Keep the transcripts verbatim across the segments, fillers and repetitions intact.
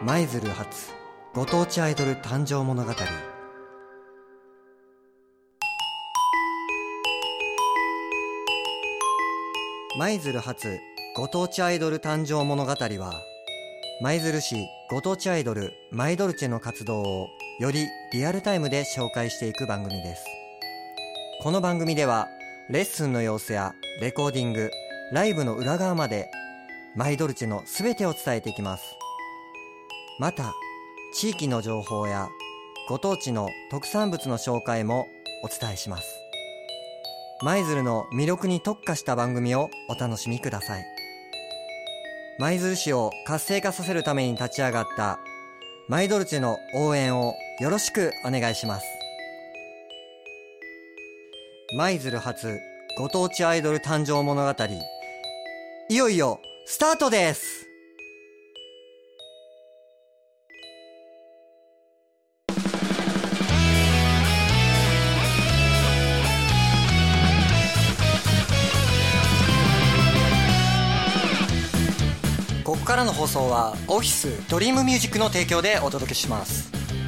舞鶴発ご当地アイドル誕生物語。舞鶴発ご当地アイドル誕生物語は、舞鶴市ご当地アイドルマイドルチェの活動をよりリアルタイムで紹介していく番組です。この番組ではレッスンの様子やレコーディング、ライブの裏側までマイドルチェのすべてを伝えていきます。また地域の情報やご当地の特産物の紹介もお伝えします。舞鶴の魅力に特化した番組をお楽しみください。舞鶴市を活性化させるために立ち上がったマイドルチェの応援をよろしくお願いします。舞鶴発ご当地アイドル誕生物語、いよいよスタートです。ここからの放送はオフィスドリームミュージックの提供でお届けします。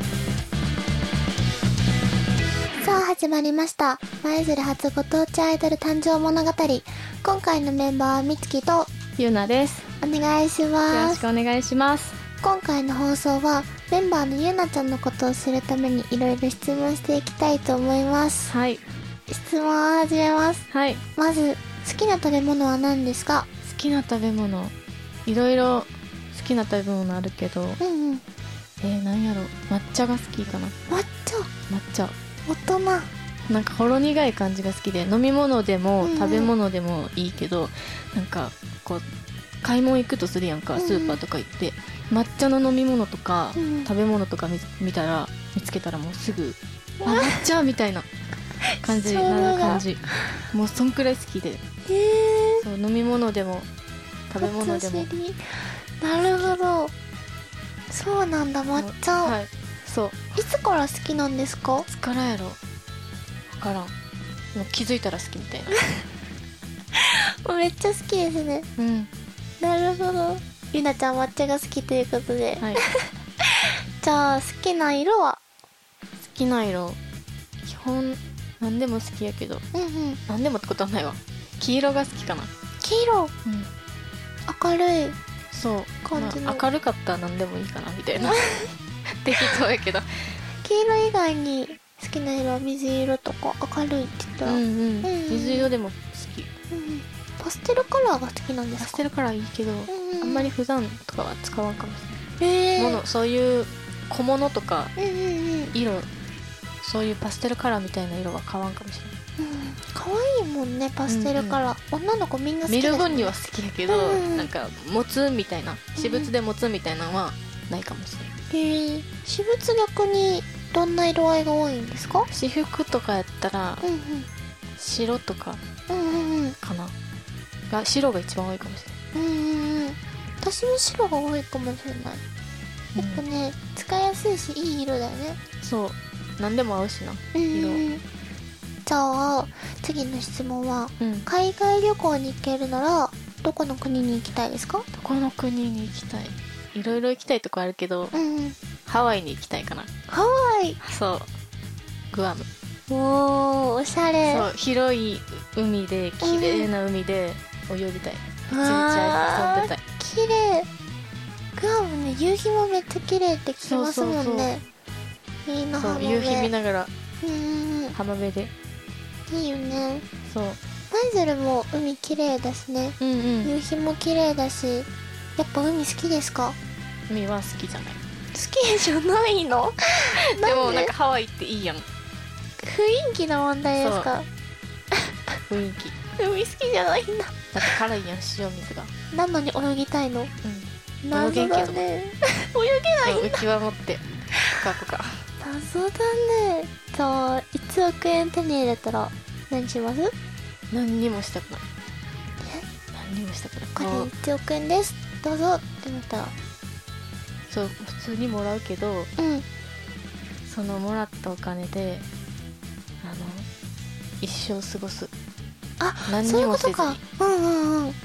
さあ始まりました、舞鶴初ご当地アイドル誕生物語。今回のメンバーはみつきとゆうなです。 お願いします。 よろしくお願いします。 今回の放送はメンバーのゆうなちゃんのことを知るためにいろいろ質問していきたいと思います。 はい。 質問を始めます。 はい。 まず好きな食べ物は何ですか？ 好きな食べ物、いろいろ好きな食べ物あるけど、 うんうん。 えー、なんやろ、抹茶が好きかな。 抹茶。 抹茶。 大人。 なんかほろ苦い感じが好きで、飲み物でもうんうん食べ物でもいいけど、なんかこう買い物行くとするやんか、スーパーとか行って、抹茶の飲み物とか、 うんうん食べ物とか見見たら見つけたらもうすぐあ抹茶みたいな感じになる感じ。もうそんくらい好きで、 へえ。 そう飲み物でも食べ物でも。 なるほど。そうなんだ、抹茶。 はい、そう。 いつから好きなんですか？ いつからやろ、分からん。もう気づいたら好きみたいな。 めっちゃ好きですね。 うん。 なるほど。ゆなちゃん抹茶が好きということで、 はい。 じゃあ好きな色は？ 好きな色、基本何でも好きやけど、 うんうん。 何でもってことはないわ。黄色が好きかな。 黄色。 うん。 明るいそう。 感じの、 まあ、明るかったら何でもいいかなみたいな。適当やけど。 黄色以外に好きな色は水色とか明るいって言ったら、 うんうん。 うんうん水色でも好き。 うんうん。パステルカラーが好きなんですか？ パステルカラーいいけど、 うんうん、 あんまり普段とかは使わんかもしれない。 へえ。 もの、そういう小物とかうんうんうん。 色、そういうパステルカラーみたいな色は買わんかもしれない。 うん、可愛いもんね、パステルカラー、うんうん、女の子みんな好きです、ね、 見る分には好きやけど、 うんうん、 なんか持つみたいな、私物で持つみたいなのはないかもしれない。 へえ。私物逆にどんな色合いが多いんですか？ 私服とかやったら、 うんうん、 白とかうんうんうん、 かな、が白が一番多いかもしれない。 うんうんうん。私も白が多いかもしれない。やっぱね、うん、使いやすいしいい色だよね。 そう、何でも合うしな、色。 うんうん。じゃあ次の質問は、 うん、 海外旅行に行けるならどこの国に行きたいですか？ どこの国に行きたい、いろいろ行きたいとこあるけど、 うんうん、 ハワイに行きたいかな。 ハワイ。 そう、グアム。 おー、おしゃれ。 そう、広い海で綺麗な海で泳ぎたい、 うん、 一日遊んでたい。 綺麗。グアムね、夕日もめっちゃ綺麗って聞きますもんね。そうそうそう、いいな。 そう、夕日見ながら、 うんうん、 浜辺でいいよね。 そう、 舞鶴も海綺麗だしね、 うんうん、 夕日も綺麗だし。やっぱ海好きですか？ 海は好きじゃない。 好きじゃないの？ でもなんかハワイっていいやん。 雰囲気の問題ですか？ 雰囲気。 海好きじゃないんだ。 だって辛いやん、塩水が。 なのに泳ぎたいの？ うん。 謎だね。泳げんけど。泳げないんだ。 浮き輪持ってぷかぷか。 謎だね。じゃあいちおくえん手に入れたら何します？ 何にもしたくない。え？何にもしたくない。 これいちおくえんです、どうぞってなったら、 そう、普通にもらうけど、 うん、 そのもらったお金であの一生過ごす。 あ、 何にもせずに。 そういうことか。うんうんうん。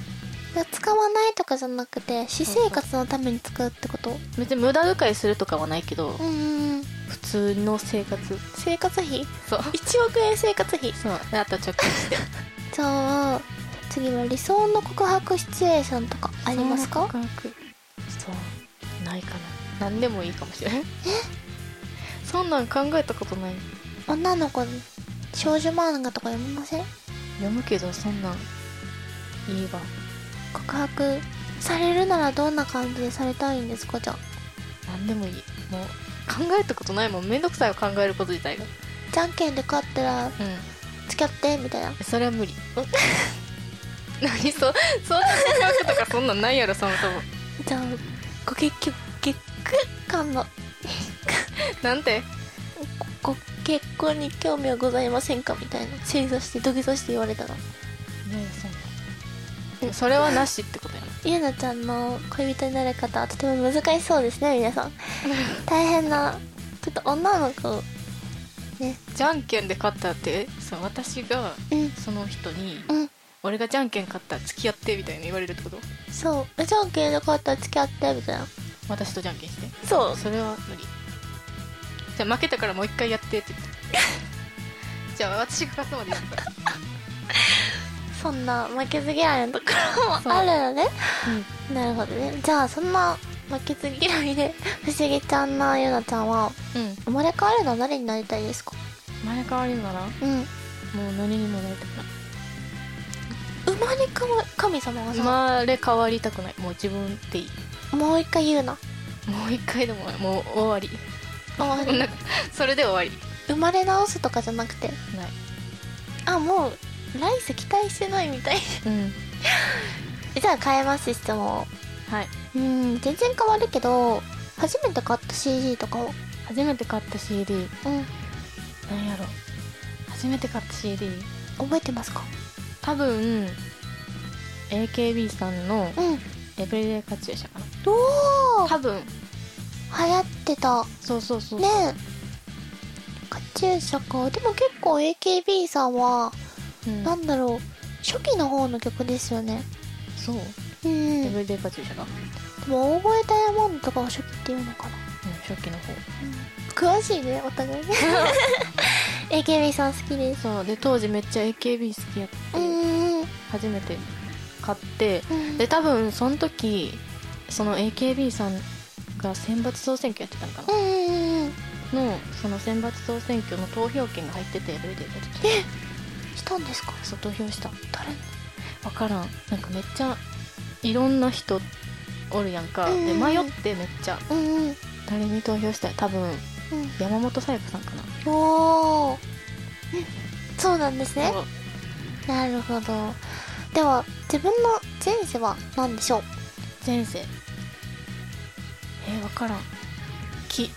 いや使わないとかじゃなくて私生活のために使うってこと？ 別に無駄遣いするとかはないけど、 うんうんうん。 普通の生活。 生活費？ そういちおくえん生活費。 そうであと貯金して。 じゃあ次は理想の告白シチュエーションとかありますか？ 告白そうないかな。何でもいいかもしれない。えそんなん考えたことない。 女の子に少女漫画とか読みません？ 読むけどそんなんいいわ。 告白されるならどんな感じでされたいんですか？じゃあ何でもいい。もう考えたことないもん。めんどくさいを考えること自体が。 じゃんけんで勝ったらうん付き合ってみたいな。 それは無理。何そそんな告白とかそんなんないやろそもそも。 じゃあご結局結婚のなんてご結婚に興味はございませんかみたいな正座して土下座して言われたら、 いやいやそんなそれはなしってことやな。 ゆうなちゃんの恋人になる方はとても難しそうですね皆さん。大変なちょっと女の子ね。 じゃんけんで勝ったってそう私がうんその人に、 うん俺がじゃんけん勝ったら付き合ってみたいに言われるってこと？ そうじゃんけんで勝ったら付き合ってみたいな。 私とじゃんけんして。 そうそれは無理。じゃあ負けたからもう一回やってって言ってじゃあ私が勝つまでやるからそんな負けず嫌いなところもあるのね。 うんなるほどね。じゃあそんな負けず嫌いで不思議ちゃんなゆなちゃんはうん生まれ変わるのは誰になりたいですか？ 生まれ変わりならもうんう何にもなりたくない。 生まれ変わ神様が生さまれ変わりたくない。もう自分でいい。 もう一回言うな。 もう一回でももう終わり。 終わりなんかそれで終わり。 生まれ直すとかじゃなくて、 ない。 あもう来世期待してないみたい。 うんじゃあ変えます質問を。 はい。 うん全然変わるけど初めて買った シーディー とかを初めて買った シーディーうんなんやろ。初めて買った シーディー覚えてますか？ 多分 エーケービー さんのうんエブリデイカチューシャかな。 おー多分流行ってたそうそうそう。 ねえカチューシャか。でも結構 エーケービー さんは、 うん、 なんだろう初期の方の曲ですよね。 そううんエブリデイカチューシャが、 でも大声ダイヤモンドとかが初期っていうのかな。 うん、初期の方。 詳しいねお互いねエーケービー さん好きです。 そうで当時めっちゃ エーケービー 好きやって、 うん初めて買ってうんで多分その時その エーケービー さんが選抜総選挙やってたのかな、 うんのその選抜総選挙の投票権が入っててエブリデイカチューシャえしたんですか？ そう投票した。 誰？ 分からん。なんかめっちゃいろんな人おるやんか、 うんで迷ってめっちゃうんうん誰に投票したい。多分うん山本さやかさんかな。 おーうんそうなんですね。 そうなるほど。では自分の前世は何でしょう？ 前世えー、分からん。木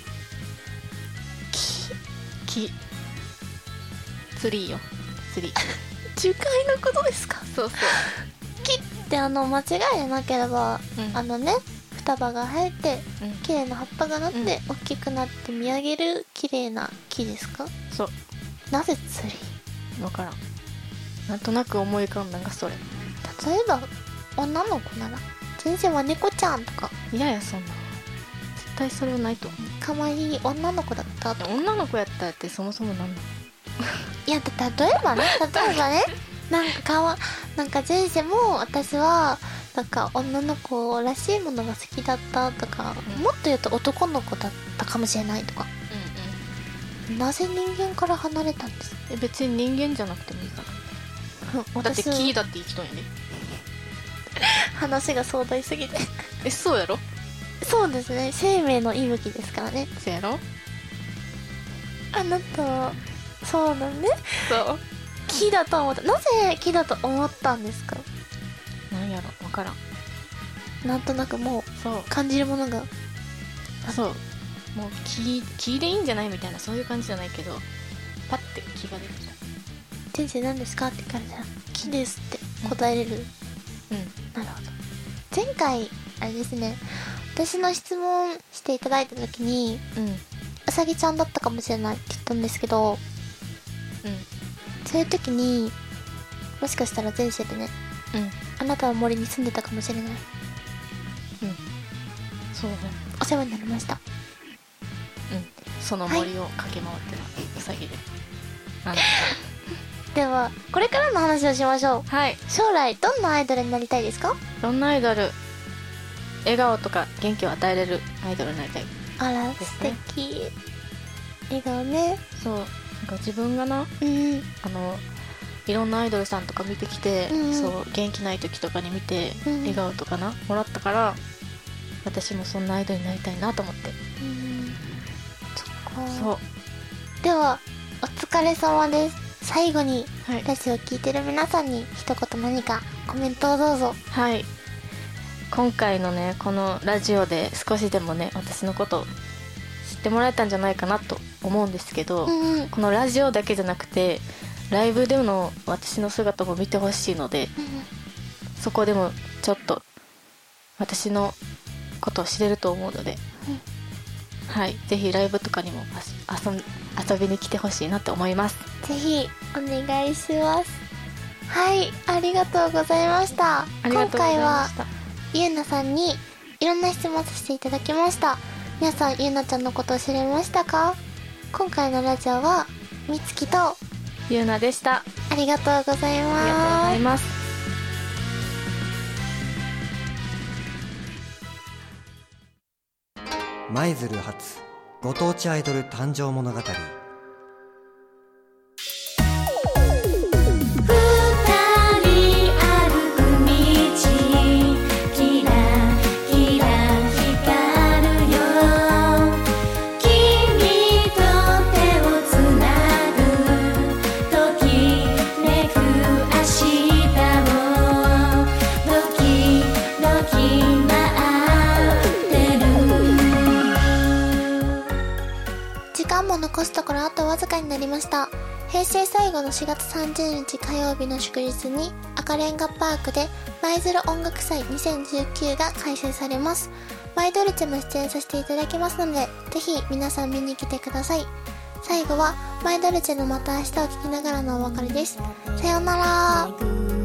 木木ツリーよツリー樹海のことですか？ そうそ木ってあの間違いでなければ、 う、うん、 あのね双葉が生えてうん、 綺麗な葉っぱがなって、 うん大きくなって見上げる綺麗な木ですか？ そうなぜツリー？ 分からん。なんとなく思い浮かんだんがそれ。 例えば女の子なら前世は猫ちゃんとかいやいやそんな絶対それはないと思う。 可愛い女の子だったとか。 女の子やったらってそもそもなんだ。 いやだ例えばね例えばねなんかかわなんか前世も私はなんか女の子らしいものが好きだったとか、 うん、 もっと言うと男の子だったかもしれないとか。 うんうん。 なぜ人間から離れたんですか？ え別に人間じゃなくてもいいかな。だって私木だって生きとんやで。 話が壮大すぎてえそうやろ。 そうですね生命の息吹ですからね。 そうやろ。 あなたはそうだねそう木だと思った。なぜ木だと思ったんですか？ なんやろ分からん。 なんとなくもそうう感じるものが。 そうもう木木でいいんじゃないみたいなそういう感じじゃないけどパッて木が出てきた。 先生何ですかって聞かれたら木ですって答えれる、 うんなるほど。前回あれですね私の質問していただいた時にうんうんうさぎちゃんだったかもしれないって言ったんですけど、そういう時にもしかしたら前世でねうんあなたは森に住んでたかもしれない。 うんそうね。 お世話になりました。 うんその森を駆け回ってたウサギで、あなではこれからの話をしましょう。 た。はい。 将来どんなアイドルになりたいですか？ どんなアイドル？笑顔とか元気を与えれるアイドルになりたい。 あら、素ですね敵。笑顔ね。 そうなんか自分がなうんあのいろんなアイドルさんとか見てきて、 うんうんそう元気ない時とかに見て、 うん笑顔とかなもらったから、私もそんなアイドルになりたいなと思って。 うんそっか。 そうではお疲れ様です。最後にはいラジオを聞いてる皆さんに一言何かコメントをどうぞ。 はい今回のねこのラジオで少しでもね私のことを知ってもらえたんじゃないかなと思うんですけど、 うんうんこのラジオだけじゃなくてライブでの私の姿も見てほしいので、そこでもちょっと私のことを知れると思うので、はいぜひライブとかにも遊ん遊びに来てほしいなと思います。 ぜひお願いします。はい、ありがとうございました。 ありがとうございました。 今回はゆうなさんにいろんな質問させていただきました。皆さんゆうなちゃんのことを知れましたか？今回のラジオはみつきとゆうなでした。 ありがとうございありがとうごます。 ざいます。 舞鶴発ご当地アイドル誕生物語。 時間も残すところあとわずかになりました。平成最後のしがつさんじゅうにち火曜日の祝日に赤レンガパークで舞鶴音楽祭にせんじゅうきゅうが開催されます。マイドルチェも出演させていただきますので、ぜひ皆さん見に来てください。最後はマイドルチェのまた明日を聞きながらのお別れです。さようなら。